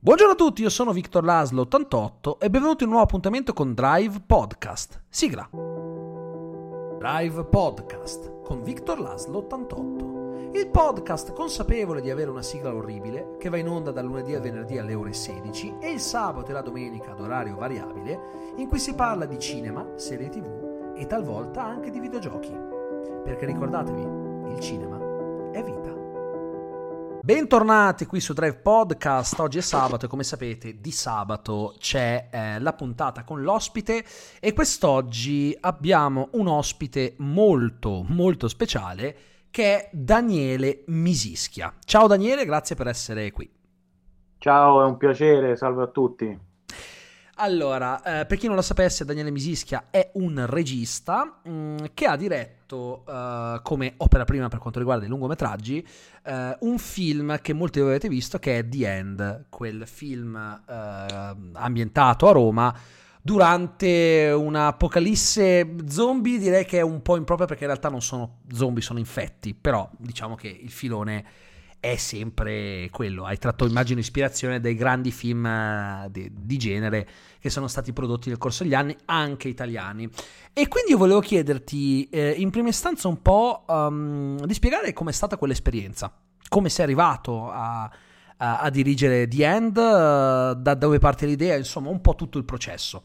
Buongiorno a tutti, io sono Victor Laszlo 88 e benvenuti in un nuovo appuntamento con Drive Podcast. Sigla. Drive Podcast con Victor Laszlo 88. Il podcast consapevole di avere una sigla orribile che va in onda dal lunedì al venerdì alle ore 16 e il sabato e la domenica ad orario variabile, in cui si parla di cinema, serie TV e talvolta anche di videogiochi. Perché ricordatevi, il cinema è vita. Bentornati qui su Drive Podcast. Oggi è sabato e come sapete di sabato c'è la puntata con l'ospite e quest'oggi abbiamo un ospite molto speciale che è Daniele Misischia. Ciao Daniele, grazie per essere qui. Ciao, è un piacere, salve a tutti. Allora, per chi non lo sapesse, Daniele Misischia è un regista che ha diretto come opera prima per quanto riguarda i lungometraggi un film che molti avete visto, che è The End, quel film ambientato a Roma durante un'apocalisse zombie. Direi che è un po' impropria perché in realtà non sono zombie, sono infetti, però diciamo che il filone è sempre quello. Hai tratto, immagino, ispirazione dai grandi film di genere che sono stati prodotti nel corso degli anni, anche italiani. E quindi io volevo chiederti in prima istanza un po' di spiegare com'è stata quell'esperienza, come sei arrivato a dirigere The End, da dove parte l'idea, insomma un po' tutto il processo.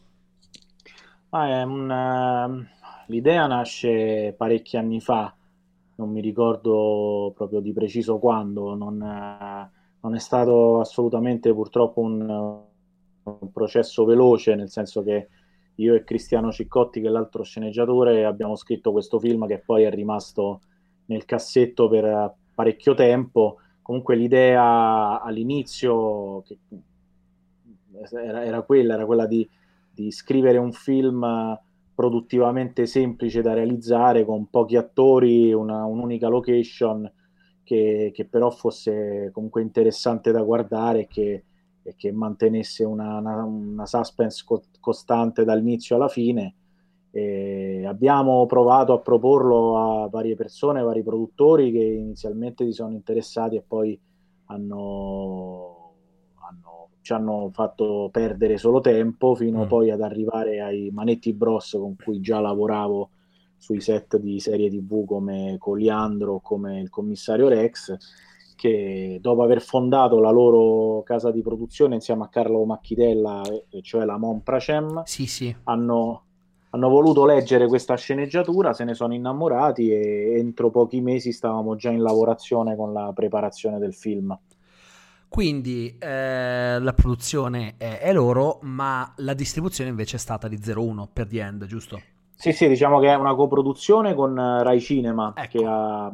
L'idea nasce parecchi anni fa. Non mi ricordo proprio di preciso quando, non è stato assolutamente purtroppo un processo veloce, nel senso che io e Cristiano Ciccotti, che è l'altro sceneggiatore, abbiamo scritto questo film che poi è rimasto nel cassetto per parecchio tempo. Comunque l'idea all'inizio era quella di scrivere un film produttivamente semplice da realizzare, con pochi attori, un'unica location, che però fosse comunque interessante da guardare e che mantenesse una suspense costante dall'inizio alla fine. E abbiamo provato a proporlo a varie persone, vari produttori che inizialmente si sono interessati e poi ci hanno fatto perdere solo tempo, fino poi ad arrivare ai Manetti Bros, con cui già lavoravo sui set di serie TV come Coliandro, come Il Commissario Rex, che dopo aver fondato la loro casa di produzione insieme a Carlo Macchitella, cioè la Mon Pracem, Sì. hanno voluto leggere questa sceneggiatura, se ne sono innamorati e entro pochi mesi stavamo già in lavorazione con la preparazione del film. Quindi la produzione è loro, ma la distribuzione invece è stata di 01 per The End, giusto? Sì, diciamo che è una coproduzione con Rai Cinema, Ecco. che ha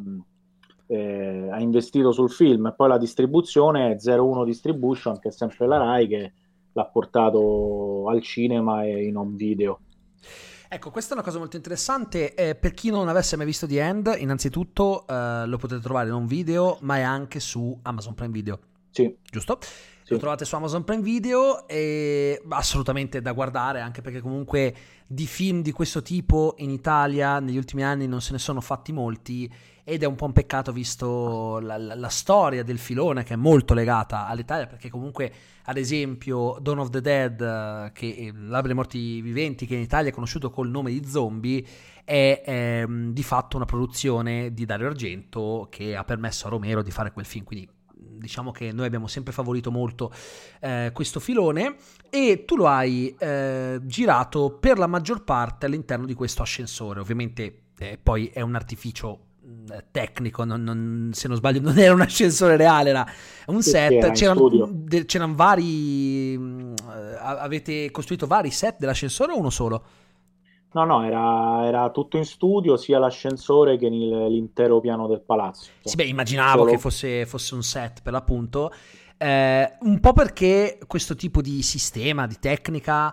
investito sul film, e poi la distribuzione è 01 Distribution, che è sempre la Rai, che l'ha portato al cinema e in home video. Ecco, questa è una cosa molto interessante. Per chi non avesse mai visto The End, innanzitutto lo potete trovare in un video, ma è anche su Amazon Prime Video. Sì. Giusto? Sì. Lo trovate su Amazon Prime Video e assolutamente da guardare, anche perché comunque di film di questo tipo in Italia negli ultimi anni non se ne sono fatti molti, ed è un po' un peccato visto la storia del filone, che è molto legata all'Italia, perché comunque ad esempio Dawn of the Dead, che l'Alba dei Morti Viventi, che in Italia è conosciuto col nome di Zombie, è di fatto una produzione di Dario Argento, che ha permesso a Romero di fare quel film. Quindi diciamo che noi abbiamo sempre favorito molto questo filone, e tu lo hai girato per la maggior parte all'interno di questo ascensore. Ovviamente poi è un artificio tecnico, se non sbaglio non era un ascensore reale, era un set. C'erano vari avete costruito vari set dell'ascensore o uno solo? No, era tutto in studio, sia l'ascensore che l'intero piano del palazzo. Sì, beh, immaginavo che fosse un set per l'appunto, un po' perché questo tipo di sistema, di tecnica,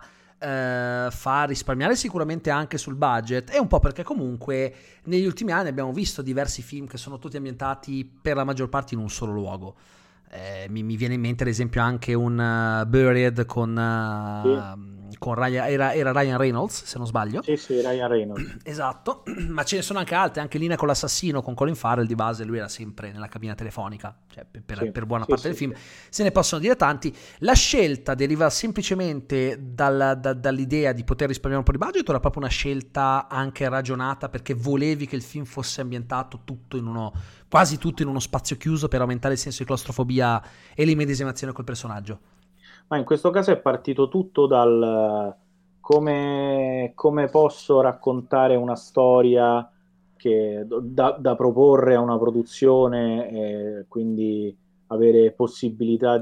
fa risparmiare sicuramente anche sul budget, e un po' perché comunque negli ultimi anni abbiamo visto diversi film che sono tutti ambientati per la maggior parte in un solo luogo. Mi viene in mente ad esempio anche un Buried con con Ryan, era Ryan Reynolds, se non sbaglio. Sì, sì, Ryan Reynolds. Esatto, ma ce ne sono anche altre, anche Linea con l'assassino, con Colin Farrell, di base lui era sempre nella cabina telefonica, cioè Sì, per buona sì, parte sì, del film, sì. se ne possono dire tanti. La scelta deriva semplicemente dall'idea di poter risparmiare un po' di budget, o era proprio una scelta anche ragionata perché volevi che il film fosse ambientato quasi tutto in uno spazio chiuso per aumentare il senso di claustrofobia e l'immedesimazione col personaggio? Ma in questo caso è partito tutto dal come posso raccontare una storia da proporre a una produzione, e quindi avere possibilità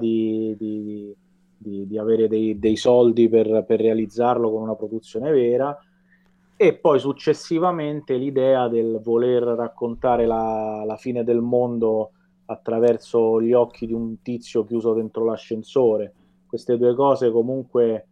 di avere dei soldi per realizzarlo con una produzione vera, e poi successivamente l'idea del voler raccontare la fine del mondo attraverso gli occhi di un tizio chiuso dentro l'ascensore. Queste due cose comunque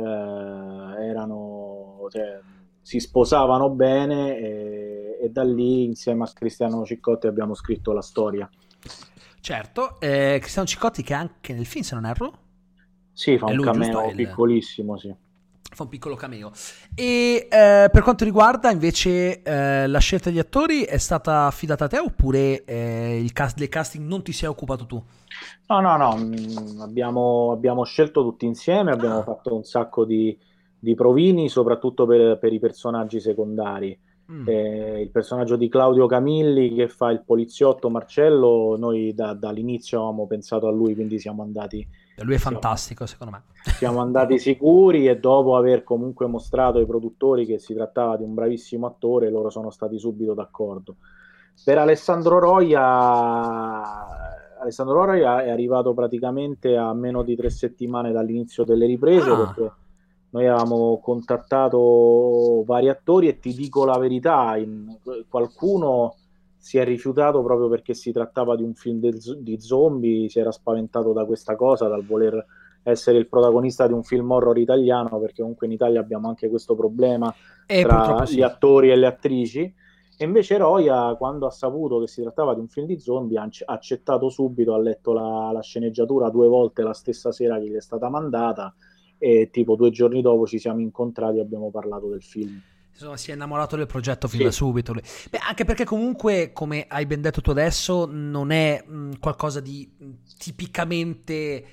cioè, si sposavano bene, e da lì insieme a Cristiano Ciccotti abbiamo scritto la storia. Certo, Cristiano Ciccotti che anche nel film, se non erro, Sì, fa è un lui, giusto? cameo piccolissimo, sì. Fa un piccolo cameo. E per quanto riguarda invece la scelta degli attori, è stata affidata a te, oppure del casting non ti sei occupato tu? No, no, no, abbiamo scelto tutti insieme, abbiamo Ah, fatto un sacco di provini, soprattutto per i personaggi secondari. mm. Il personaggio di Claudio Camilli, che fa il poliziotto Marcello, noi dall'inizio avevamo pensato a lui, quindi Lui è siamo, fantastico, secondo me. siamo andati sicuri, e dopo aver comunque mostrato ai produttori che si trattava di un bravissimo attore, loro sono stati subito d'accordo. Per Alessandro Roia è arrivato praticamente a meno di 3 settimane dall'inizio delle riprese, Ah, perché noi avevamo contattato vari attori, e ti dico la verità, qualcuno si è rifiutato proprio perché si trattava di un film di zombie, si era spaventato da questa cosa, dal voler essere il protagonista di un film horror italiano, perché comunque in Italia abbiamo anche questo problema e purtroppo tra gli sì. attori e le attrici. E invece Roia, quando ha saputo che si trattava di un film di zombie, ha accettato subito, ha letto la sceneggiatura 2 volte la stessa sera che gli è stata mandata, e tipo 2 giorni dopo ci siamo incontrati e abbiamo parlato del film. Insomma, si è innamorato del progetto fin da Sì, subito. Beh, anche perché comunque, come hai ben detto tu adesso, non è qualcosa di tipicamente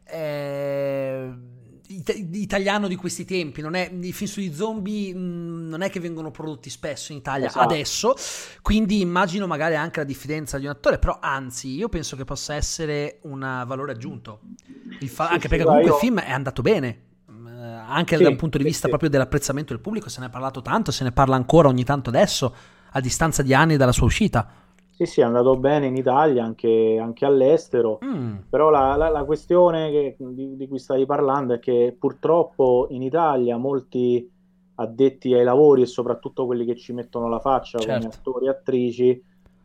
italiano di questi tempi. Non è, i film sugli zombie non è che vengono prodotti spesso in Italia esatto. adesso, quindi immagino magari anche la diffidenza di un attore, però anzi, io penso che possa essere un valore aggiunto. Sì, Anche sì, perché guarda, comunque il io... film è andato bene, anche da un Sì, punto di sì, vista sì. proprio dell'apprezzamento del pubblico, se ne è parlato tanto, se ne parla ancora ogni tanto adesso, a distanza di anni dalla sua uscita. Sì, sì, è andato bene in Italia, anche all'estero, Mm, però la questione di cui stavi parlando è che purtroppo in Italia molti addetti ai lavori, e soprattutto quelli che ci mettono la faccia come certo. attori e attrici,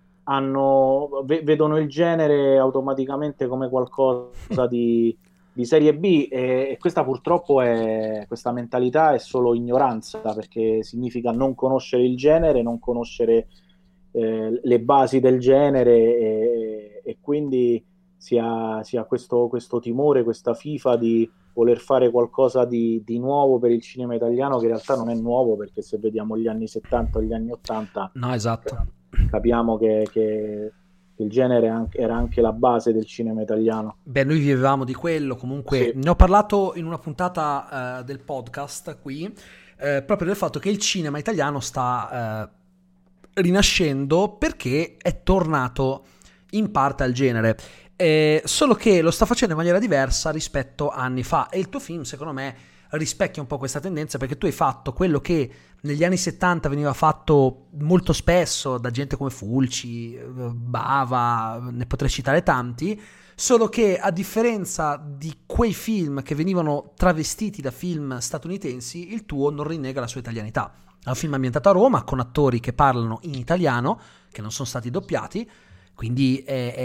vedono il genere automaticamente come qualcosa di serie B, e questa purtroppo questa mentalità è solo ignoranza, perché significa non conoscere il genere, non conoscere le basi del genere, e quindi si ha questo timore, questa fifa di voler fare qualcosa di nuovo per il cinema italiano, che in realtà non è nuovo, perché se vediamo gli anni 70 o gli anni 80 No, esatto. capiamo che il genere era anche la base del cinema italiano. Beh, noi vivevamo di quello, comunque Sì, ne ho parlato in una puntata del podcast qui, proprio del fatto che il cinema italiano sta rinascendo perché è tornato in parte al genere. Solo che lo sta facendo in maniera diversa rispetto a anni fa, e il tuo film secondo me rispecchia un po' questa tendenza, perché tu hai fatto quello che negli anni 70 veniva fatto molto spesso da gente come Fulci, Bava, ne potrei citare tanti, solo che a differenza di quei film che venivano travestiti da film statunitensi, il tuo non rinnega la sua italianità. È un film ambientato a Roma con attori che parlano in italiano, che non sono stati doppiati, quindi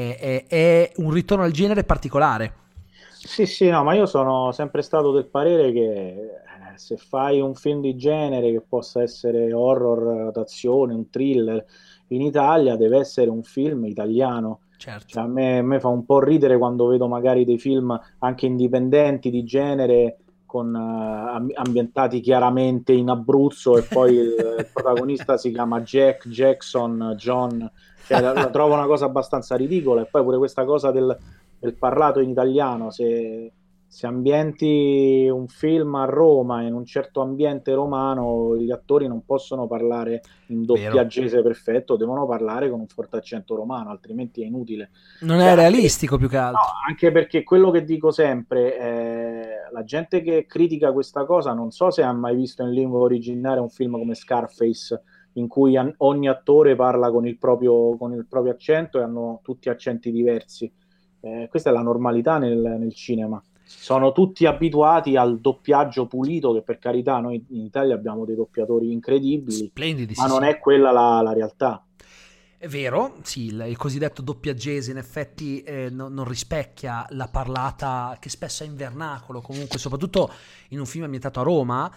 è un ritorno al genere particolare. sì, sì, no, ma io sono sempre stato del parere che se fai un film di genere, che possa essere horror d'azione, un thriller, in Italia deve essere un film italiano. Certo. Cioè, a me fa un po' ridere quando vedo magari dei film anche indipendenti di genere ambientati chiaramente in Abruzzo, e poi il protagonista si chiama Jack, Jackson, John, cioè la trovo una cosa abbastanza ridicola. E poi pure questa cosa del parlato in italiano, se ambienti un film a Roma in un certo ambiente romano, gli attori non possono parlare in Vero. doppiaggese perfetto, devono parlare con un forte accento romano, altrimenti è inutile. Non Cioè, è anche, realistico più che no, altro. anche perché quello che dico sempre, la gente che critica questa cosa non so se ha mai visto in lingua originale un film come Scarface, in cui ogni attore parla con il proprio accento, e hanno tutti accenti diversi. Questa è la normalità nel cinema. Sono tutti abituati al doppiaggio pulito, che per carità noi in Italia abbiamo dei doppiatori incredibili, Splendidi, ma sì, non sì. è quella la realtà. È vero, sì, il cosiddetto doppiaggese in effetti non rispecchia la parlata che spesso è in vernacolo, comunque soprattutto in un film ambientato a Roma.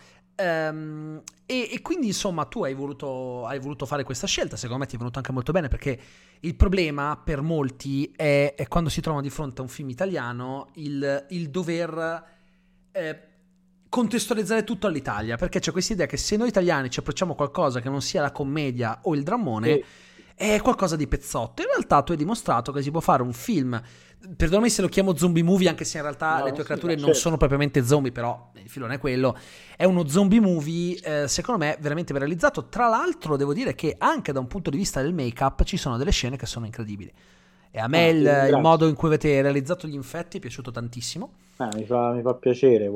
E quindi insomma tu hai voluto fare questa scelta, secondo me ti è venuto anche molto bene, perché il problema per molti è quando si trovano di fronte a un film italiano il dover contestualizzare tutto all'Italia, perché c'è questa idea che se noi italiani ci approcciamo a qualcosa che non sia la commedia o il drammone, Sì, è qualcosa di pezzotto. In realtà tu hai dimostrato che si può fare un film, perdonami se lo chiamo zombie movie, anche se in realtà le no, tue sì, creature non certo. sono propriamente zombie, però il filone è quello. È uno zombie movie, secondo me, veramente ben realizzato. Tra l'altro devo dire che anche da un punto di vista del make-up ci sono delle scene che sono incredibili. E a me Ah, ti il modo ringrazio. in cui avete realizzato gli infetti è piaciuto tantissimo. Mi fa piacere,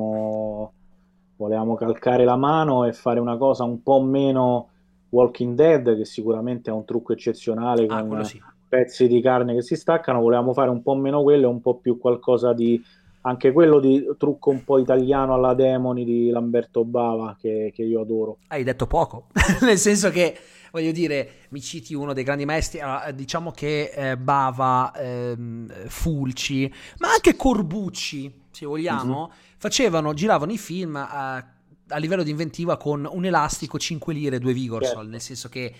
volevamo calcare la mano e fare una cosa un po' meno Walking Dead, che sicuramente è un trucco eccezionale Ah, quello con sì. pezzi di carne che si staccano. Volevamo fare un po' meno quello e un po' più qualcosa di, anche quello di trucco un po' italiano alla Demoni di Lamberto Bava, che io adoro. Hai detto poco, nel senso che, voglio dire, mi citi uno dei grandi maestri, allora, diciamo che Bava, Fulci, ma anche Corbucci, se Mhm. vogliamo, giravano i film a livello di inventiva con un elastico 5 lire, 2 Vigorsol, nel Certo. senso che,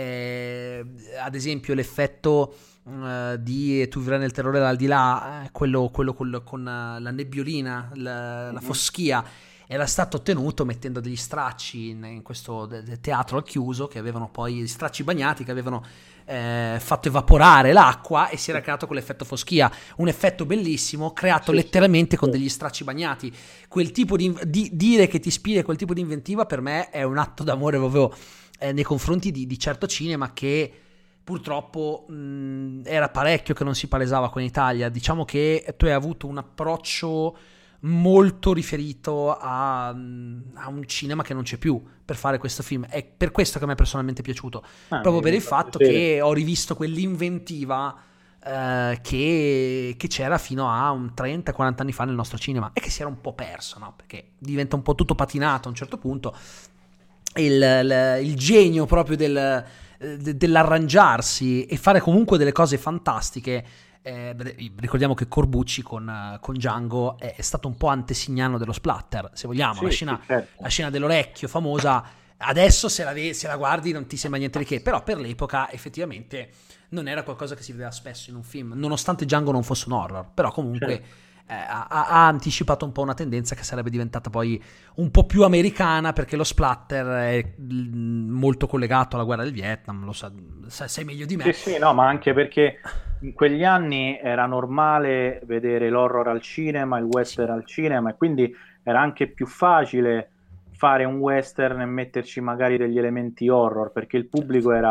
ad esempio, l'effetto di Tu vivrai nel terrore dall'aldilà, quello con la nebbiolina, la Mhm. foschia, era stato ottenuto mettendo degli stracci in questo teatro al chiuso, che avevano poi gli stracci bagnati, che avevano fatto evaporare l'acqua, e si era creato quell'effetto foschia, un effetto bellissimo creato Sì, sì, letteralmente con sì. degli stracci bagnati. Quel tipo di dire che ti ispira quel tipo di inventiva per me è un atto d'amore proprio nei confronti di certo cinema che purtroppo era parecchio che non si palesava qua in Italia. Diciamo che tu hai avuto un approccio molto riferito a un cinema che non c'è più per fare questo film. È per questo che a me personalmente è piaciuto, proprio per Mi il fa fatto piacere. che ho rivisto quell'inventiva che c'era fino a un 30-40 anni fa nel nostro cinema, e che si era un po' perso, no? Perché diventa un po' tutto patinato a un certo punto. Il genio proprio dell'arrangiarsi e fare comunque delle cose fantastiche. Ricordiamo che Corbucci con Django è stato un po' antesignano dello splatter, se vogliamo. La Sì, sì, scena, la certo. scena dell'orecchio famosa, adesso se la guardi non ti sembra niente di che, però per l'epoca effettivamente non era qualcosa che si vedeva spesso in un film, nonostante Django non fosse un horror, però comunque Certo. ha anticipato un po' una tendenza che sarebbe diventata poi un po' più americana, perché lo splatter è molto collegato alla guerra del Vietnam, lo sai meglio di Sì, me. sì, no, ma anche perché in quegli anni era normale vedere l'horror al cinema, il Sì. western al cinema, e quindi era anche più facile fare un western e metterci magari degli elementi horror, perché il pubblico Certo.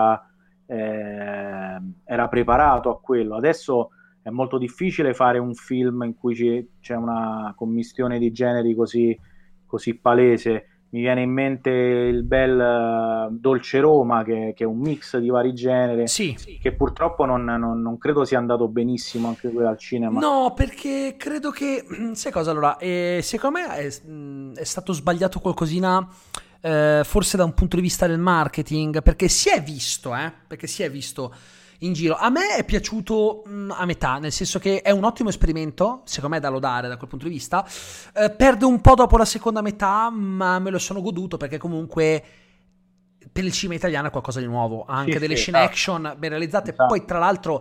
era preparato a quello. Adesso è molto difficile fare un film in cui c'è una commistione di generi così palese. Mi viene in mente il bel Dolce Roma, che è un mix di vari generi, Sì. che purtroppo non credo sia andato benissimo anche quello al cinema. No, perché credo che, sai cosa, allora, secondo me è stato sbagliato qualcosina, forse da un punto di vista del marketing, perché perché si è visto in giro. A me è piaciuto a metà, nel senso che è un ottimo esperimento, secondo me da lodare da quel punto di vista. Perde un po' dopo la seconda metà, ma me lo sono goduto, perché comunque per il cinema italiano è qualcosa di nuovo, ha Sì, anche sì, delle scene esatto, action ben realizzate. Poi esatto. tra l'altro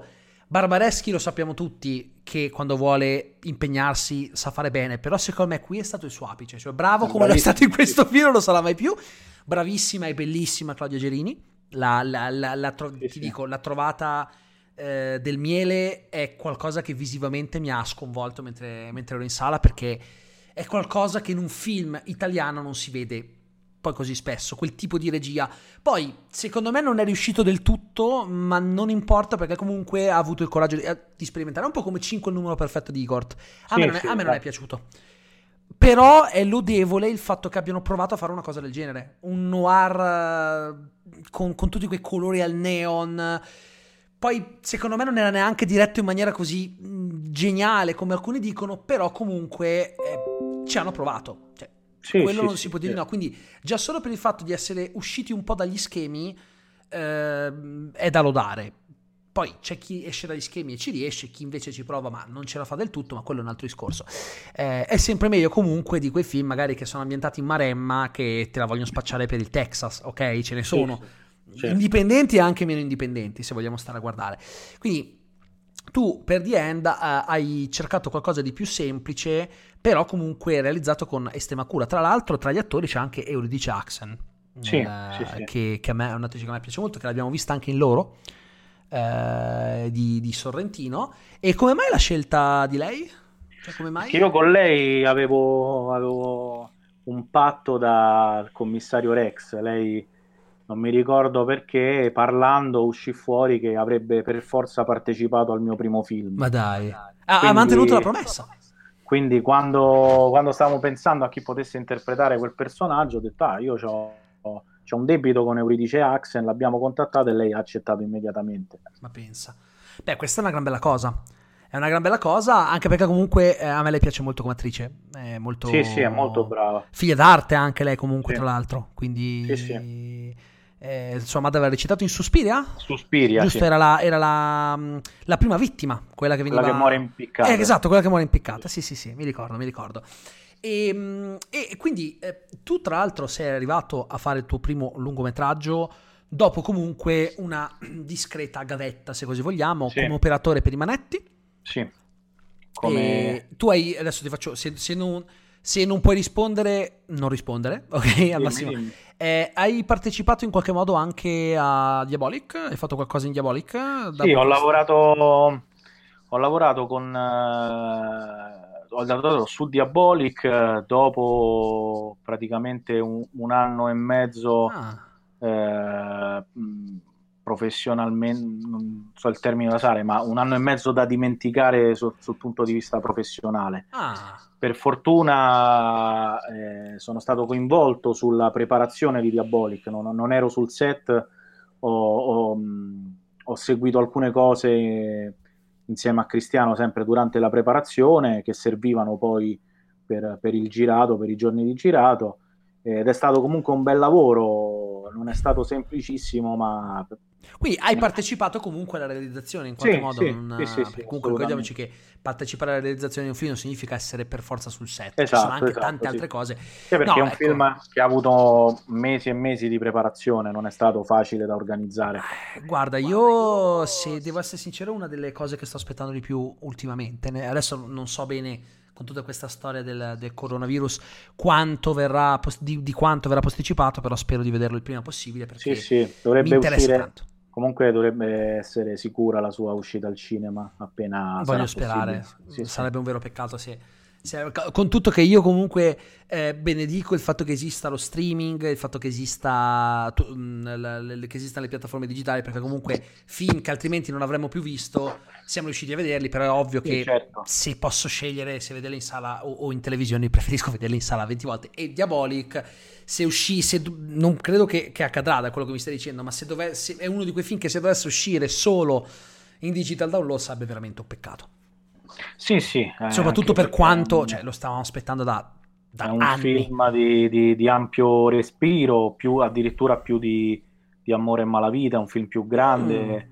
Barbareschi lo sappiamo tutti che quando vuole impegnarsi sa fare bene, però secondo me qui è stato il suo apice, cioè bravo come lo è stato in questo film, non lo sarà mai più. Bravissima e bellissima Claudia Gerini, ti dico, la trovata del miele è qualcosa che visivamente mi ha sconvolto mentre ero in sala, perché è qualcosa che in un film italiano non si vede poi così spesso, quel tipo di regia. Poi secondo me non è riuscito del tutto, ma non importa, perché comunque ha avuto il coraggio di sperimentare, un po' come 5 il numero perfetto di Igor. A me non è piaciuto, però è lodevole il fatto che abbiano provato a fare una cosa del genere, un noir con tutti quei colori al neon. Poi secondo me non era neanche diretto in maniera così geniale come alcuni dicono, però comunque ci hanno provato, cioè quello non si può dire no. Quindi già solo per il fatto di essere usciti un po' dagli schemi è da lodare. Poi c'è chi esce dagli schemi e ci riesce, chi invece ci prova ma non ce la fa del tutto, ma quello è un altro discorso. È sempre meglio comunque di quei film magari che sono ambientati in Maremma, che te la vogliono spacciare per il Texas, ok? Ce ne sono indipendenti e anche meno indipendenti, se vogliamo stare a guardare. Quindi tu per The End hai cercato qualcosa di più semplice, però comunque realizzato con estrema cura. Tra l'altro tra gli attori c'è anche Euridice Axen, che a me è un'attrice che a me piace molto, che l'abbiamo vista anche in Loro, di Sorrentino. E come mai la scelta di lei? Cioè, come mai? Perché io con lei avevo un patto dal commissario Rex. Lei, non mi ricordo perché, parlando uscì fuori che avrebbe per forza partecipato al mio primo film. Ma dai, ha mantenuto la promessa. Quindi quando stavamo pensando a chi potesse interpretare quel personaggio, ho detto io c'ho un debito con Euridice Axen, l'abbiamo contattato e lei ha accettato immediatamente. Ma pensa, beh, questa è una gran bella cosa. È una gran bella cosa, anche perché comunque a me lei piace molto come attrice. È molto... Sì, è molto brava. Figlia d'arte anche lei comunque, tra l'altro. Quindi... insomma, aveva recitato in Suspiria? Suspiria, giusto, era la prima vittima, quella che veniva... Quella che muore impiccata. Esatto, quella che muore impiccata. Sì, mi ricordo. E quindi tu tra l'altro sei arrivato a fare il tuo primo lungometraggio dopo comunque una discreta gavetta, se così vogliamo, come operatore per i Manetti. Sì. Tu hai, adesso ti faccio, se non puoi rispondere, non rispondere, ok? Al massimo. Hai partecipato in qualche modo anche a Diabolic? Hai fatto qualcosa in Diabolic? Sì, ho lavorato su Diabolic dopo praticamente un anno e mezzo professionalmente, non so il termine da usare, ma un anno e mezzo da dimenticare sul punto di vista professionale. Per fortuna sono stato coinvolto sulla preparazione di Diabolic, non ero sul set, ho seguito alcune cose insieme a Cristiano sempre durante la preparazione che servivano poi per il girato, per i giorni di girato, ed è stato comunque un bel lavoro, non è stato semplicissimo, ma... Quindi hai partecipato comunque alla realizzazione in qualche modo? Sì, comunque ricordiamoci che partecipare alla realizzazione di un film non significa essere per forza sul set, esatto, ci sono anche tante altre cose. Perché è un film che ha avuto mesi e mesi di preparazione, non è stato facile da organizzare. Guarda, io se devo essere sincero, una delle cose che sto aspettando di più ultimamente, adesso non so bene con tutta questa storia del coronavirus quanto verrà di quanto verrà posticipato, però spero di vederlo il prima possibile, perché dovrebbe mi interessa uscire tanto. Comunque dovrebbe essere sicura la sua uscita al cinema appena voglio sperare, sì, sarebbe un vero peccato con tutto che io comunque benedico il fatto che esista lo streaming, il fatto che esistano le piattaforme digitali, perché comunque film che altrimenti non avremmo più visto siamo riusciti a vederli, però è ovvio che se posso scegliere se vederli in sala o in televisione, preferisco vederli in sala 20 volte. E Diabolic, se uscisse, non credo che accadrà da quello che mi stai dicendo, ma se è uno di quei film che se dovesse uscire solo in digital download sarebbe veramente un peccato. Sì, soprattutto per quanto lo stavamo aspettando da è un anni. Film di ampio respiro, addirittura più di Amore e Malavita, un film più grande,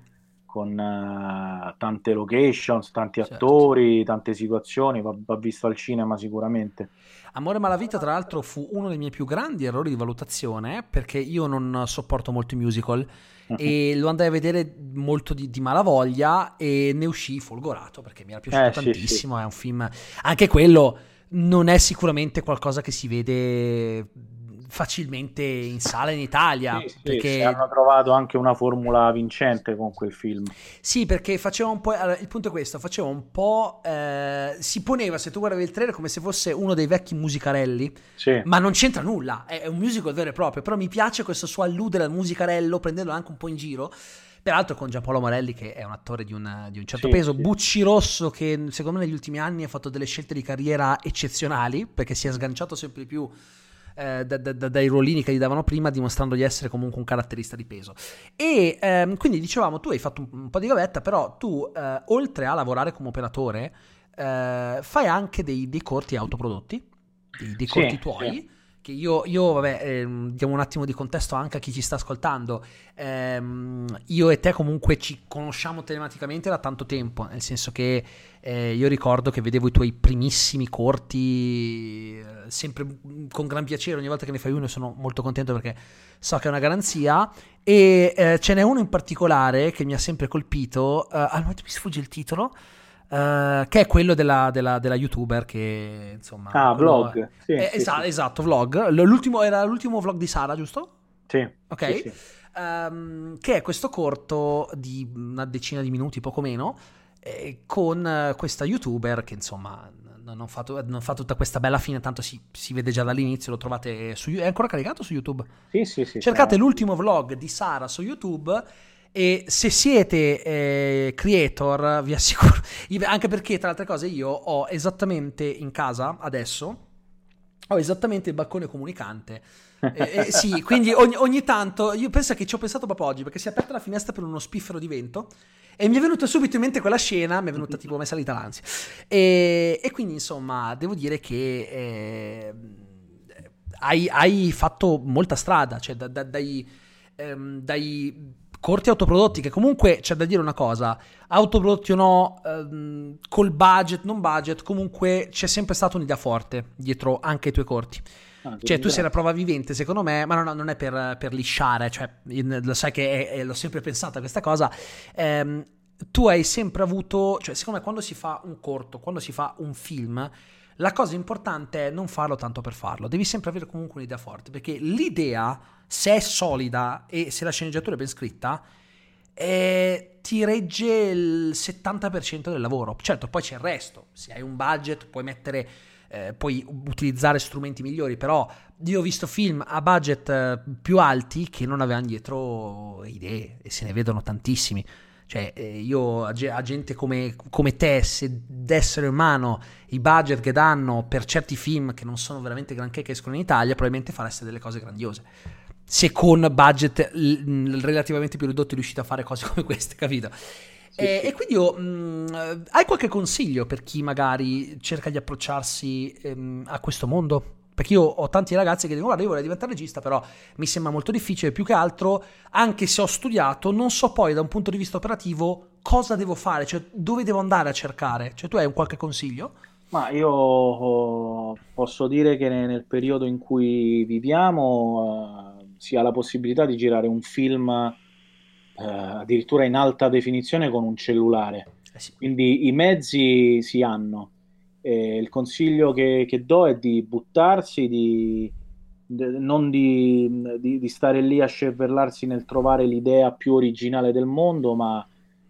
tante locations, tanti certo. attori, tante situazioni, va visto al cinema sicuramente. Amore Malavita, tra l'altro, fu uno dei miei più grandi errori di valutazione perché io non sopporto molto i musical e lo andai a vedere molto di malavoglia e ne uscii folgorato perché mi era piaciuto Sì, sì. tantissimo. È un film, anche quello non è sicuramente qualcosa che si vede facilmente in sala in Italia Sì, sì, sì, perché hanno trovato anche una formula vincente con quel film. sì, perché faceva un po'. Allora, il punto è questo: faceva un po'. Si poneva, se tu guardavi il trailer, come se fosse uno dei vecchi musicarelli, Sì, ma non c'entra nulla. È un musical vero e proprio. Però mi piace questo suo alludere al musicarello, prenderlo anche un po' in giro. Peraltro con Giampaolo Morelli, che è un attore di un certo sì, peso, sì. Bucci Rosso, che secondo me negli ultimi anni ha fatto delle scelte di carriera eccezionali, perché si è sganciato sempre di più dai ruolini che gli davano prima, dimostrando di essere comunque un caratterista di peso. E quindi dicevamo, tu hai fatto un po' di gavetta, però tu, oltre a lavorare come operatore, fai anche dei corti autoprodotti, dei Sì, corti sì. tuoi. Che io vabbè, diamo un attimo di contesto anche a chi ci sta ascoltando. Io e te comunque ci conosciamo telematicamente da tanto tempo, nel senso che io ricordo che vedevo i tuoi primissimi corti sempre con gran piacere, ogni volta che ne fai uno sono molto contento perché so che è una garanzia e ce n'è uno in particolare che mi ha sempre colpito, al momento mi sfugge il titolo, che è quello della YouTuber che insomma, Ah, quello vlog. Sì, sì, sì. esatto, vlog. L'ultimo era l'ultimo vlog di Sara, giusto? Sì, sì, Ok. sì. Che è questo corto di una decina di minuti, poco meno, con questa YouTuber che insomma non fa tutta questa bella fine, tanto si vede già dall'inizio, lo trovate su è ancora caricato su YouTube. Sì, sì, sì, Cercate c'è. l'ultimo vlog di Sara su YouTube e se siete creator vi assicuro, anche perché tra le altre cose io ho esattamente in casa adesso, ho esattamente il balcone comunicante. Sì, quindi ogni tanto io penso che ci ho pensato proprio oggi perché si è aperta la finestra per uno spiffero di vento e mi è venuta subito in mente quella scena, mi è venuta tipo, mi è salita l'ansia. E quindi insomma, devo dire che hai fatto molta strada, cioè dai corti autoprodotti, che comunque c'è da dire una cosa, autoprodotti o no, col budget, non budget, comunque c'è sempre stata un'idea forte dietro anche i tuoi corti. Ah, ti Cioè, tu sei la ringrazio. prova vivente, secondo me, ma non è per lisciare, cioè, lo sai che l'ho sempre pensata questa cosa. ehm, Tu hai sempre avuto, cioè, secondo me, quando si fa un corto, quando si fa un film, la cosa importante è non farlo tanto per farlo, devi sempre avere comunque un'idea forte, perché l'idea, se è solida e se la sceneggiatura è ben scritta, ti regge il 70% del lavoro. Certo, poi c'è il resto. Se hai un budget, puoi utilizzare strumenti migliori. Però io ho visto film a budget più alti che non avevano dietro idee e se ne vedono tantissimi. Cioè, io a gente come te, se dessero in mano i budget che danno per certi film che non sono veramente granché che escono in Italia, probabilmente fareste delle cose grandiose. Se con budget relativamente più ridotti riuscite a fare cose come queste, capito? Sì, sì. E quindi hai qualche consiglio per chi magari cerca di approcciarsi a questo mondo? Perché io ho tanti ragazzi che dicono guarda io vorrei diventare regista però mi sembra molto difficile, più che altro anche se ho studiato non so poi da un punto di vista operativo cosa devo fare, cioè dove devo andare a cercare, cioè tu hai un qualche consiglio? Ma io posso dire che nel periodo in cui viviamo, si ha la possibilità di girare un film, addirittura in alta definizione con un cellulare. Eh sì. Quindi i mezzi si hanno. Il consiglio che do è di buttarsi, non di stare lì a scervellarsi nel trovare l'idea più originale del mondo, ma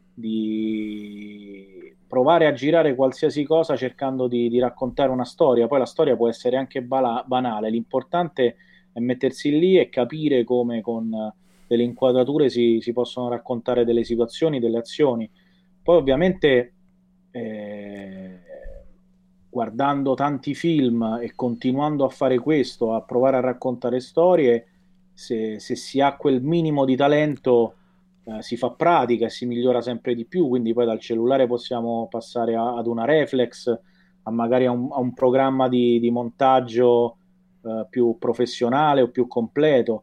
di provare a girare qualsiasi cosa cercando di raccontare una storia. Poi la storia può essere anche banale, l'importante è mettersi lì e capire come con delle inquadrature si possono raccontare delle situazioni, delle azioni. Poi ovviamente eh, guardando tanti film e continuando a fare questo, a provare a raccontare storie, se si ha quel minimo di talento, si fa pratica e si migliora sempre di più, quindi poi dal cellulare possiamo passare ad una reflex, a magari a un programma di montaggio più professionale o più completo.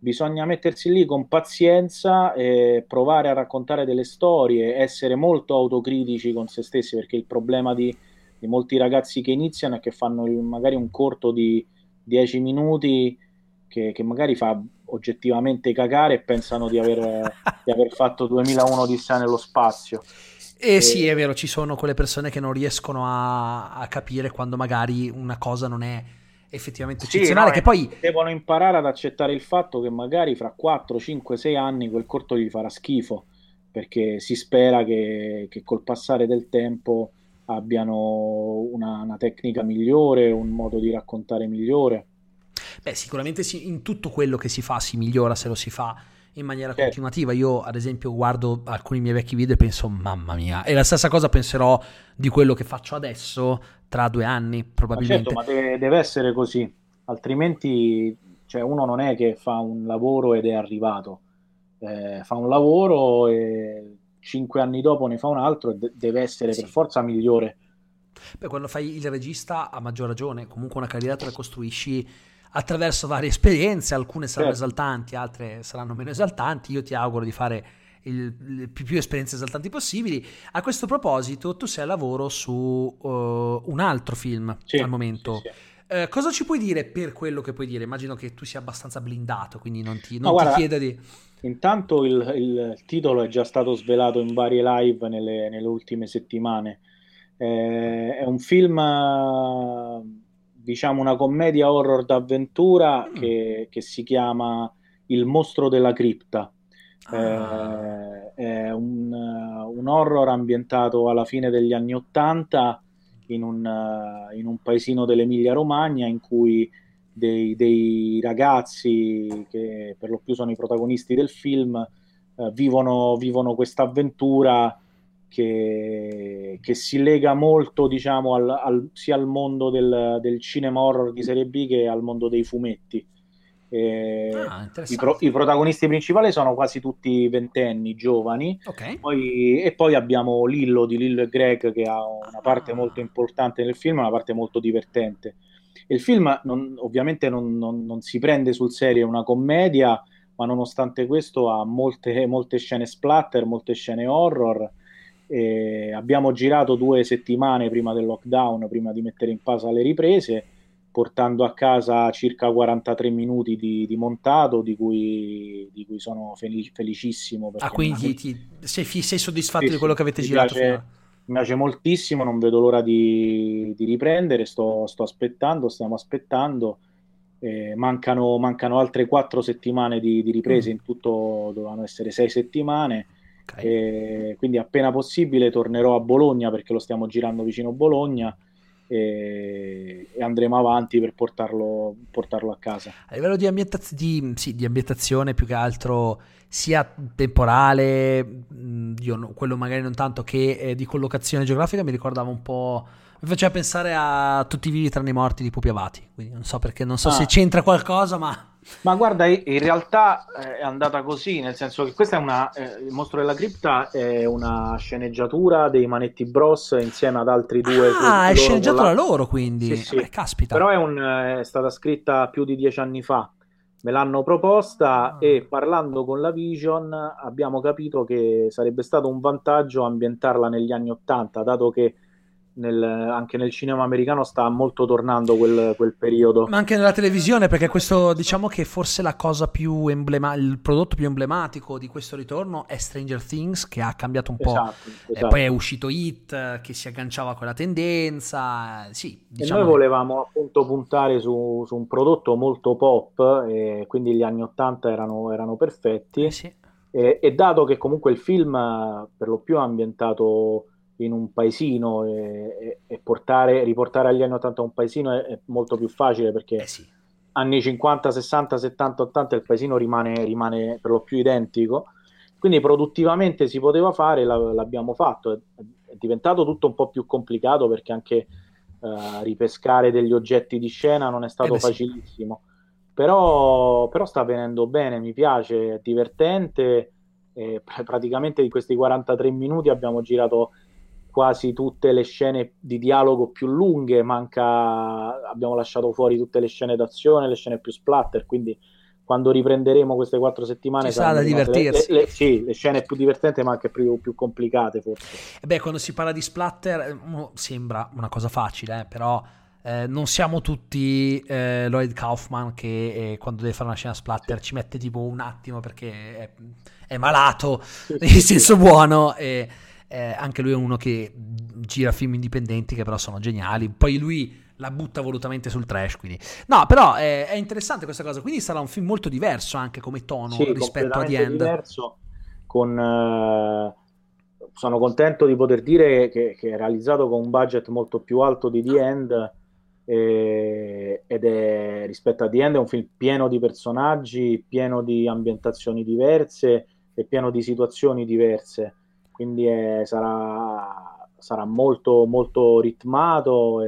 bisogna mettersi lì con pazienza e provare a raccontare delle storie, essere molto autocritici con se stessi, perché il problema di molti ragazzi che iniziano è che fanno magari un corto di 10 minuti che magari fa oggettivamente cagare e pensano di aver fatto 2001 Odissea nello spazio. E sì, è E, vero, ci sono quelle persone che non riescono a capire quando magari una cosa non è effettivamente sì, eccezionale, no, che poi devono imparare ad accettare il fatto che magari fra 4, 5, 6 anni quel corto gli farà schifo, perché si spera che col passare del tempo abbiano una tecnica migliore, un modo di raccontare migliore. beh, sicuramente in tutto quello che si fa si migliora se lo si fa in maniera Certo, continuativa. Io, ad esempio, guardo alcuni miei vecchi video e penso, mamma mia, e la stessa cosa penserò di quello che faccio adesso tra 2 anni, ma certo, probabilmente. ma deve essere così, altrimenti cioè, uno non è che fa un lavoro ed è arrivato. Fa un lavoro e 5 anni dopo ne fa un altro e deve essere per Sì. forza migliore. Poi quando fai il regista, a maggior ragione, comunque una carriera te la costruisci attraverso varie esperienze, alcune saranno Certo. esaltanti, altre saranno meno esaltanti. Io ti auguro di fare le più esperienze esaltanti possibili. A questo proposito, tu sei a lavoro su un altro film al Sì, sì, momento. sì. Cosa ci puoi dire per quello che puoi dire? Immagino che tu sia abbastanza blindato, quindi No, non ti guarda, chieda di... intanto il titolo è già stato svelato in varie live nelle ultime settimane. È un film, diciamo, una commedia horror d'avventura Mm. che si chiama Il mostro della cripta. Ah, È un horror ambientato alla fine degli anni Ottanta in un paesino dell'Emilia-Romagna in cui dei ragazzi che per lo più sono i protagonisti del film vivono questa avventura che si lega molto, diciamo, sia al mondo del cinema horror di serie B che al mondo dei fumetti. ah, interessante. I protagonisti principali sono quasi tutti ventenni, giovani, Ok. e poi abbiamo Lillo di Lillo e Greg che ha una parte molto Ah, importante nel film, una parte molto divertente. Il film ovviamente non si prende sul serio, è una commedia, ma nonostante questo ha molte scene splatter, molte scene horror. Abbiamo girato 2 settimane prima del lockdown, prima di mettere in pausa le riprese, portando a casa circa 43 minuti di montato, di cui sono felicissimo ah, perché quindi sei sì, soddisfatto di quello sì, che avete girato finora? mi piace moltissimo, non vedo l'ora di riprendere, sto aspettando, stiamo aspettando. Mancano altre 4 settimane di riprese, Mm, in tutto dovevano essere 6 settimane. ok. Quindi appena possibile tornerò a Bologna perché lo stiamo girando vicino Bologna e andremo avanti per portarlo a casa. A livello di, sì, di ambientazione più che altro sia temporale, quello magari non tanto che di collocazione geografica, mi ricordava un po', mi faceva pensare a Tutti i vivi tranne i morti di Pupi Avati, quindi non so perché, non so se Ah, c'entra qualcosa, ma... ma guarda, in realtà è andata così, nel senso che questa è Il mostro della cripta è una sceneggiatura dei Manetti Bros insieme ad altri due Ah, è loro sceneggiato da loro Sì, quindi, sì, beh, caspita. però è stata scritta più di 10 anni fa. Me l'hanno proposta Ah. e parlando con la Vision abbiamo capito che sarebbe stato un vantaggio ambientarla negli anni Ottanta, dato che anche nel cinema americano sta molto tornando quel periodo. Ma anche nella televisione, perché questo, diciamo che forse la cosa più il prodotto più emblematico di questo ritorno è Stranger Things, che ha cambiato un po'. Esatto, Poi è esatto. uscito Hit, che si agganciava a quella tendenza. Sì, E noi diciamo che... volevamo appunto puntare su un prodotto molto pop, e quindi gli anni Ottanta erano Eh perfetti. sì, E dato che comunque il film per lo più è ambientato in un paesino e riportare agli anni 80 un paesino è molto più facile eh perché sì. anni 50, 60, 70, 80 il paesino rimane per lo più identico. Quindi produttivamente si poteva fare, l'abbiamo fatto. È diventato tutto un po' più complicato perché anche ripescare degli oggetti di scena non è Eh stato beh sì. facilissimo. Però sta venendo bene, mi piace, è divertente. Praticamente di questi 43 minuti abbiamo girato quasi tutte le scene di dialogo più lunghe, abbiamo lasciato fuori tutte le scene d'azione, le scene più splatter, quindi quando riprenderemo queste 4 settimane ci sarà da divertirsi. sì, le scene più divertenti ma anche più complicate forse. E beh, quando si parla di splatter sembra una cosa facile, però non siamo tutti Lloyd Kaufman che quando deve fare una scena splatter ci mette tipo un attimo perché è malato, in senso buono, e anche lui è uno che gira film indipendenti che però sono geniali, poi lui la butta volutamente sul trash, quindi no, però è interessante questa cosa, quindi sarà un film molto diverso anche come tono rispetto a The End. Diverso, sono contento di poter dire che è realizzato con un budget molto più alto di The End, ed è, rispetto a The End, è un film pieno di personaggi, pieno di ambientazioni diverse e pieno di situazioni diverse, quindi sarà molto, molto ritmato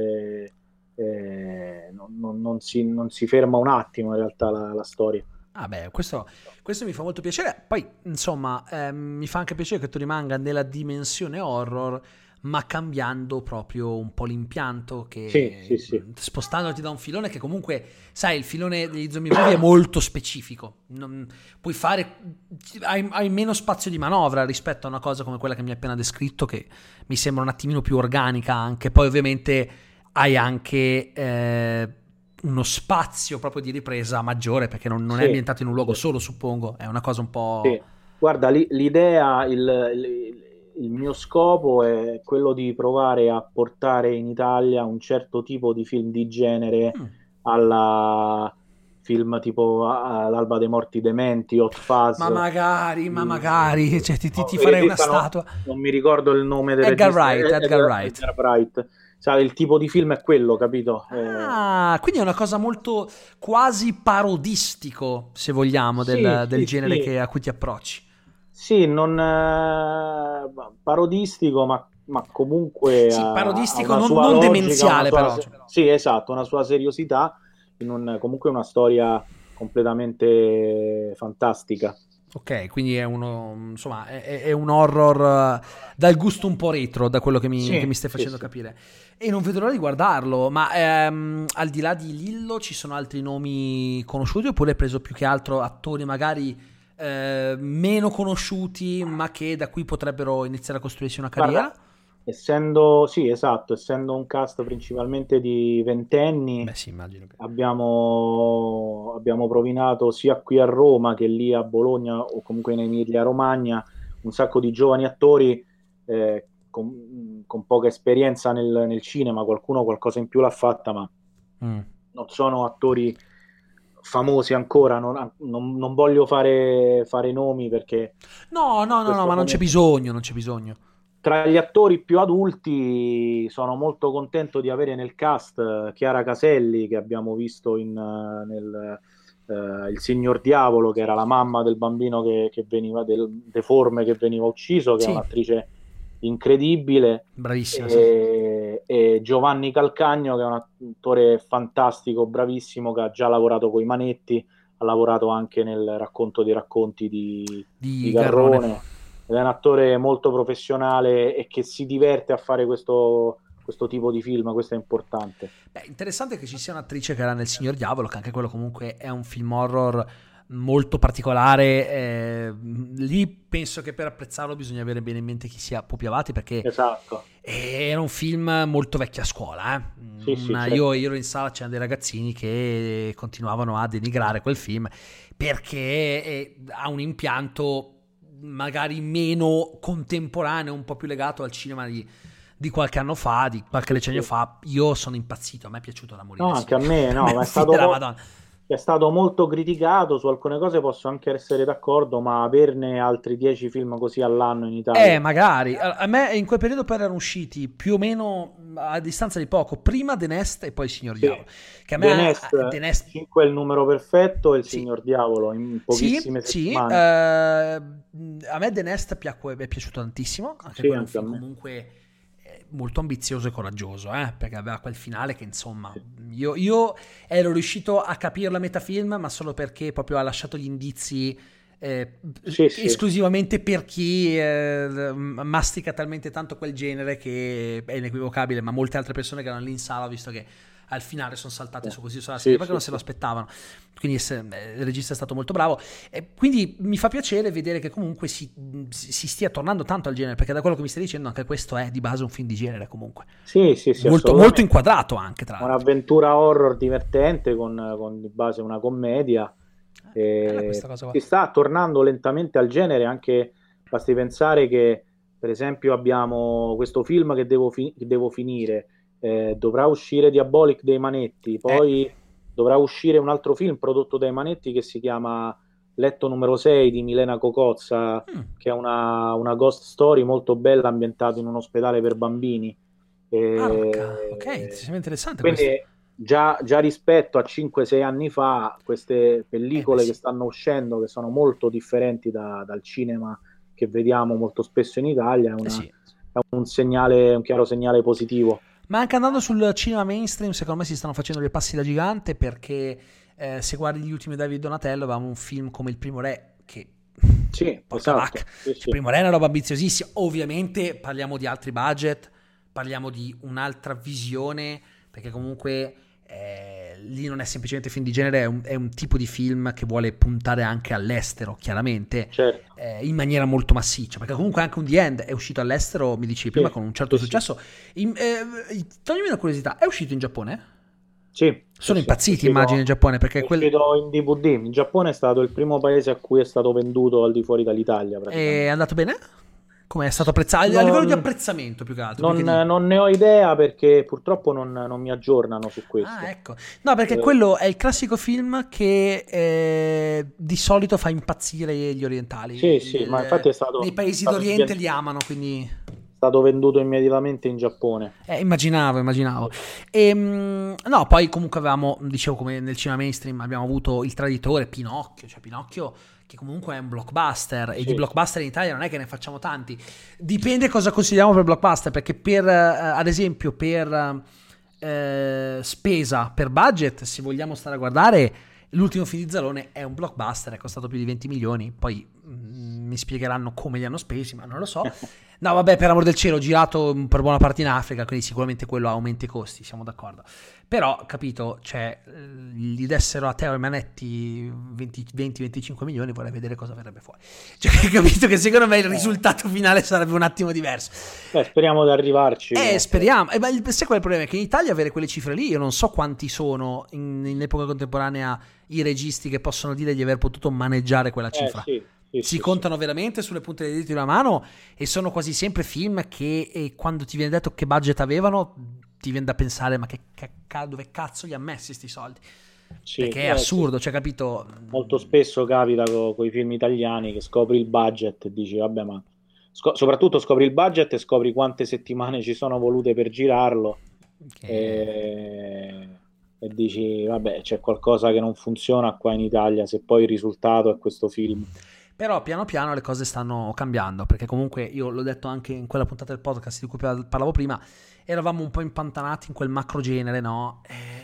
e non si ferma un attimo in realtà la storia. Ah beh, questo mi fa molto piacere. Poi, insomma, mi fa anche piacere che tu rimanga nella dimensione horror, ma cambiando proprio un po' l'impianto, che Sì. spostandoti da un filone che comunque, sai, il filone degli zombie movie è molto specifico. Puoi fare, hai meno spazio di manovra rispetto a una cosa come quella che mi hai appena descritto, che mi sembra un attimino più organica anche. Poi ovviamente hai anche uno spazio proprio di ripresa maggiore, perché non è ambientato in un luogo solo, suppongo, è una cosa un po'... Sì. Guarda, l'idea, il mio scopo è quello di provare a portare in Italia un certo tipo di film di genere alla film tipo L'Alba dei Morti Dementi, Hot Fuzz. Ma magari, cioè, ti farei una statua. Non mi ricordo il nome del Edgar Wright. Edgar Wright. Sai, il tipo di film è quello, capito? Quindi è una cosa molto quasi parodistico, se vogliamo, del genere a cui ti approcci. Sì, non parodistico, ma comunque sì, parodistico, non logica, demenziale, però. Sì, esatto, una sua seriosità, comunque una storia completamente fantastica. Ok, quindi è insomma, è un horror dal gusto un po' retro, da quello che mi stai facendo capire. E non vedo l'ora di guardarlo, ma al di là di Lillo ci sono altri nomi conosciuti, oppure hai preso più che altro attori magari meno conosciuti, ma che da qui potrebbero iniziare a costruirsi una carriera? Guarda, essendo un cast principalmente di ventenni, beh sì, immagino che... abbiamo provinato sia qui a Roma che lì a Bologna o comunque in Emilia-Romagna un sacco di giovani attori con poca esperienza nel cinema, qualcuno qualcosa in più l'ha fatta, ma non sono attori famosi ancora, non voglio fare nomi perché... No, ma non c'è bisogno. Tra gli attori più adulti sono molto contento di avere nel cast Chiara Caselli, che abbiamo visto nel Il Signor Diavolo, che era la mamma del bambino che veniva deforme, che veniva ucciso, che è un'attrice incredibile. Bravissima. E Giovanni Calcagno, che è un attore fantastico, bravissimo, che ha già lavorato con i Manetti, ha lavorato anche nel Racconto dei racconti di Garrone. Ed è un attore molto professionale e che si diverte a fare questo tipo di film, questo è importante. Beh, interessante che ci sia un'attrice che era nel Signor Diavolo, che anche quello comunque è un film horror molto particolare. Lì penso che per apprezzarlo bisogna avere bene in mente chi sia Pupi Avati, perché era un film molto vecchia scuola. Certo. Io ero in sala, c'erano dei ragazzini che continuavano a denigrare quel film perché ha un impianto magari meno contemporaneo, un po' più legato al cinema di qualche anno fa, di qualche decennio fa. Io sono impazzito, a me è piaciuto da morire. No, anche a me, no, ma è stato molto criticato. Su alcune cose posso anche essere d'accordo, ma averne altri 10 film così all'anno in Italia, magari. A me in quel periodo poi erano usciti più o meno a distanza di poco, prima The Nest e poi Il Signor Diavolo, che a me The Nest 5 è il numero perfetto e Il Signor Diavolo in pochissime settimane. A me The Nest è piaciuto tantissimo, anche quello film comunque molto ambizioso e coraggioso, perché aveva quel finale che insomma io ero riuscito a capirlo a metà film, ma solo perché proprio ha lasciato gli indizi esclusivamente per chi mastica talmente tanto quel genere che è inequivocabile, ma molte altre persone che erano lì in sala, visto che al finale sono saltate su così sulla Sì, serie perché sì, non se sì. lo aspettavano, quindi il regista è stato molto bravo, e quindi mi fa piacere vedere che comunque si stia tornando tanto al genere, perché da quello che mi stai dicendo anche questo è di base un film di genere comunque, Sì, sì, sì, molto, molto assolutamente. inquadrato anche tra l'altro. Un'avventura horror divertente con di base una commedia. Bella questa cosa qua. Si sta tornando lentamente al genere, anche basti pensare che, per esempio, abbiamo questo film che devo finire, dovrà uscire Diabolic dei Manetti, Eh, poi dovrà uscire un altro film prodotto dai Manetti che si chiama Letto numero 6 di Milena Cocozza, mm, che è una ghost story molto bella ambientata in un ospedale per bambini. arca, ok, E sembra interessante questo. quindi già rispetto a 5-6 anni fa, queste Beh pellicole che sì. stanno uscendo, che sono molto differenti dal cinema che vediamo molto spesso in Italia, Eh sì. è un segnale, un chiaro segnale positivo. Ma anche andando sul cinema mainstream, secondo me si stanno facendo dei passi da gigante, perché se guardi gli ultimi David Donatello, avevamo un film come Il Primo Re, che Sì, porca vacca, esatto. Sì, Il sì. Primo Re è una roba ambiziosissima. Ovviamente parliamo di altri budget, parliamo di un'altra visione, perché comunque lì non è semplicemente film di genere, è un tipo di film che vuole puntare anche all'estero, chiaramente, Certo. in maniera molto massiccia, perché comunque anche un The End è uscito all'estero, mi dicevi prima, Sì, con un certo sì, sì. successo. Toglimi una curiosità, è uscito in Giappone? Sì, sì, Sono sì. impazziti, immagino, in Giappone, È perché uscito in DVD. In Giappone è stato il primo paese a cui è stato venduto al di fuori dall'Italia, è praticamente. andato bene? Come è stato apprezzato? A livello di Non, apprezzamento, più che altro, più che di... non ne ho idea perché purtroppo non mi aggiornano su Ah, questo. ecco. No, perché Eh, quello è il classico film che di solito fa impazzire gli orientali. sì, sì, ma infatti Nei è paesi stato, d'Oriente li amano, quindi... stato venduto immediatamente in Giappone. Immaginavo. No, poi comunque avevamo, dicevo, come nel cinema mainstream, abbiamo avuto Il Traditore, Pinocchio, cioè Pinocchio che comunque è un blockbuster, e di Sì, blockbuster in Italia non è che ne facciamo tanti. Dipende cosa consideriamo per blockbuster, perché per, ad esempio, per spesa, per budget, se vogliamo stare a guardare, l'ultimo film di Zalone è un blockbuster, è costato più di 20 milioni, poi mi spiegheranno come li hanno spesi, ma non lo so. No, vabbè, per amor del cielo, girato per buona parte in Africa, quindi sicuramente quello aumenta i costi, siamo d'accordo. Però, capito, cioè, gli dessero a Teo e Manetti 20-25 milioni, vorrei vedere cosa verrebbe fuori. Cioè, capito che secondo me il risultato finale sarebbe un attimo diverso. speriamo di arrivarci prima o poi. Speriamo. Ma sai qual è il problema? È che in Italia avere quelle cifre lì, io non so quanti sono in epoca contemporanea i registi che possono dire di aver potuto maneggiare quella cifra. Sì, sì, Si sì, sì. contano veramente sulle punte dei diti di una mano, e sono quasi sempre film che quando ti viene detto che budget avevano, ti viene da pensare ma dove cazzo li ha messi sti soldi? Sì, Perché è sì. assurdo, cioè, capito? Molto spesso capita con i film italiani che scopri il budget e dici, vabbè, ma soprattutto scopri il budget e scopri quante settimane ci sono volute per girarlo Che... e, e dici, vabbè, c'è qualcosa che non funziona qua in Italia, se poi il risultato è questo film. Però piano piano le cose stanno cambiando, perché comunque io l'ho detto anche in quella puntata del podcast di cui parlavo prima, eravamo un po' impantanati in quel macro genere, no?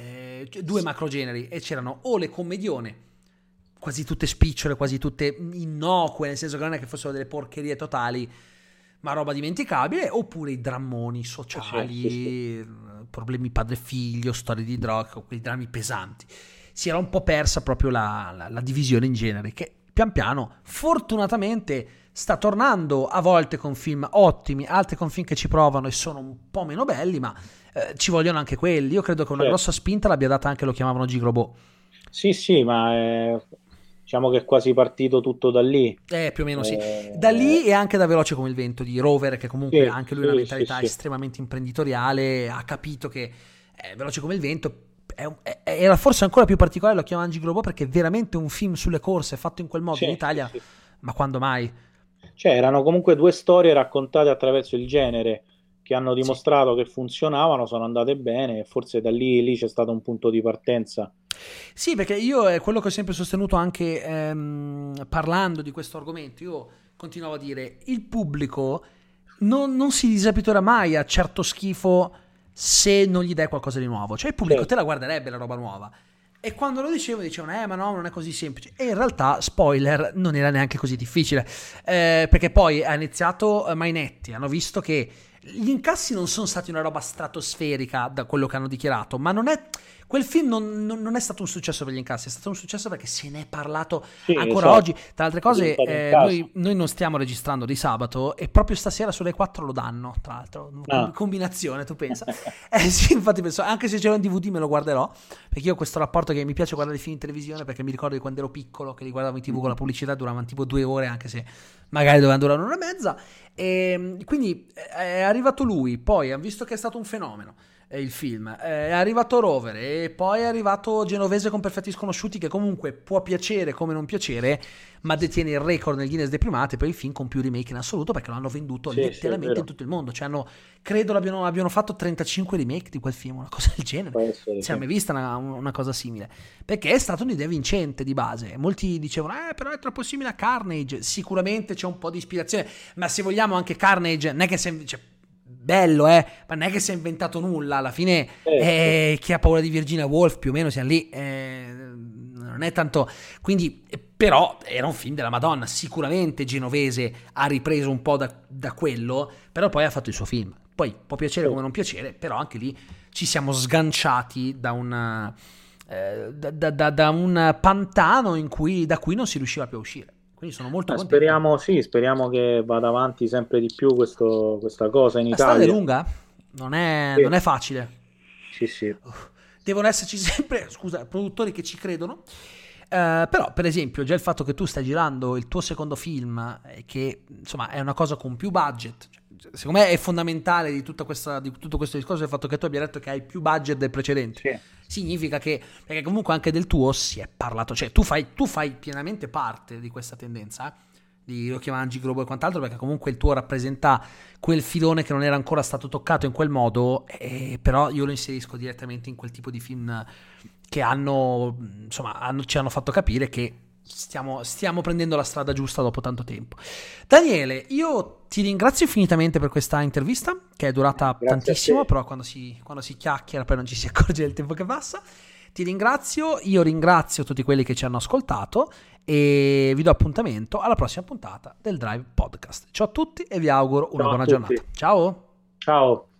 Due macro generi, e c'erano o le commedione, quasi tutte spicciole, quasi tutte innocue, nel senso che non è che fossero delle porcherie totali, ma roba dimenticabile, oppure i drammoni Sì, sì, sì. sociali, problemi padre-figlio, storie di droga, quei drammi pesanti. Si era un po' persa proprio la divisione in genere, che pian piano, fortunatamente, sta tornando, a volte con film ottimi, altre con film che ci provano e sono un po' meno belli, ma ci vogliono anche quelli. Io credo che una Certo. grossa spinta l'abbia data anche, lo chiamavano Gigrobot. Sì, sì, ma diciamo che è quasi partito tutto da lì. Più o meno sì. Da Eh, lì, e anche da Veloce come il vento di Rover, che comunque ha sì, anche lui una sì, sì, mentalità sì. estremamente imprenditoriale, ha capito che Veloce come il vento era forse ancora più particolare, lo chiamano Gigrobot, perché è veramente un film sulle corse fatto in quel modo in Sì, sì, Italia, sì. ma quando mai? Cioè, erano comunque due storie raccontate attraverso il genere che hanno Sì. dimostrato che funzionavano, sono andate bene e forse da lì c'è stato un punto di partenza. Sì, perché io è quello che ho sempre sostenuto anche parlando di questo argomento. Io continuavo a dire: il pubblico non si disabituerà mai a certo schifo se non gli dai qualcosa di nuovo. Cioè, il pubblico te Certo, la guarderebbe la roba nuova. E quando lo dicevano, ma no, non è così semplice. E in realtà, spoiler, non era neanche così difficile. Perché poi ha iniziato Mainetti, hanno visto che gli incassi non sono stati una roba stratosferica da quello che hanno dichiarato, ma non è... Quel film non è stato un successo per gli incassi, è stato un successo perché se ne è parlato ancora esatto. oggi. Tra altre cose, noi non stiamo registrando di sabato e proprio stasera sulle 4 lo danno, tra l'altro. Combinazione, tu pensa? Sì, infatti penso, anche se c'era un DVD me lo guarderò, perché io ho questo rapporto che mi piace guardare i film in televisione, perché mi ricordo di quando ero piccolo, che li guardavo in TV con la pubblicità, duravano tipo 2 ore, anche se magari dovevano durare un'ora e mezza. E quindi è arrivato lui, poi hanno visto che è stato un fenomeno il film, è arrivato Rover e poi è arrivato Genovese con Perfetti Sconosciuti, che comunque può piacere come non piacere, ma detiene il record nel Guinness dei primati per il film con più remake in assoluto, perché lo hanno venduto letteralmente in tutto il mondo, cioè credo abbiano fatto 35 remake di quel film, una cosa del genere, non si è mai vista una cosa simile, perché è stata un'idea vincente di base. Molti dicevano però è troppo simile a Carnage, sicuramente c'è un po' di ispirazione, ma se vogliamo anche Carnage non è che bello, ma non è che si è inventato nulla, alla fine chi ha paura di Virginia Woolf più o meno siamo lì, non è tanto, quindi, però era un film della Madonna, sicuramente Genovese ha ripreso un po' da quello, però poi ha fatto il suo film, poi può piacere come non piacere, però anche lì ci siamo sganciati da un pantano da cui non si riusciva più a uscire. Quindi sono molto contento. Speriamo che vada avanti sempre di più questa cosa in Italia. La strada è lunga, non è facile. Sì. Devono esserci sempre, produttori che ci credono. Però, per esempio, già il fatto che tu stai girando il tuo secondo film, che insomma è una cosa con più budget, secondo me è fondamentale di tutto questo discorso il fatto che tu abbia detto che hai più budget del precedente. Sì. Significa che, perché comunque anche del tuo si è parlato, cioè tu fai pienamente parte di questa tendenza di Rocky Mangi, Globo e quant'altro, perché comunque il tuo rappresenta quel filone che non era ancora stato toccato in quel modo, però io lo inserisco direttamente in quel tipo di film che ci hanno fatto capire che stiamo prendendo la strada giusta dopo tanto tempo. Daniele, io ti ringrazio infinitamente per questa intervista, che è durata tantissimo, però quando si chiacchiera poi non ci si accorge del tempo che passa. Ti ringrazio, io ringrazio tutti quelli che ci hanno ascoltato e vi do appuntamento alla prossima puntata del Drive Podcast. Ciao a tutti e vi auguro una buona giornata. Ciao!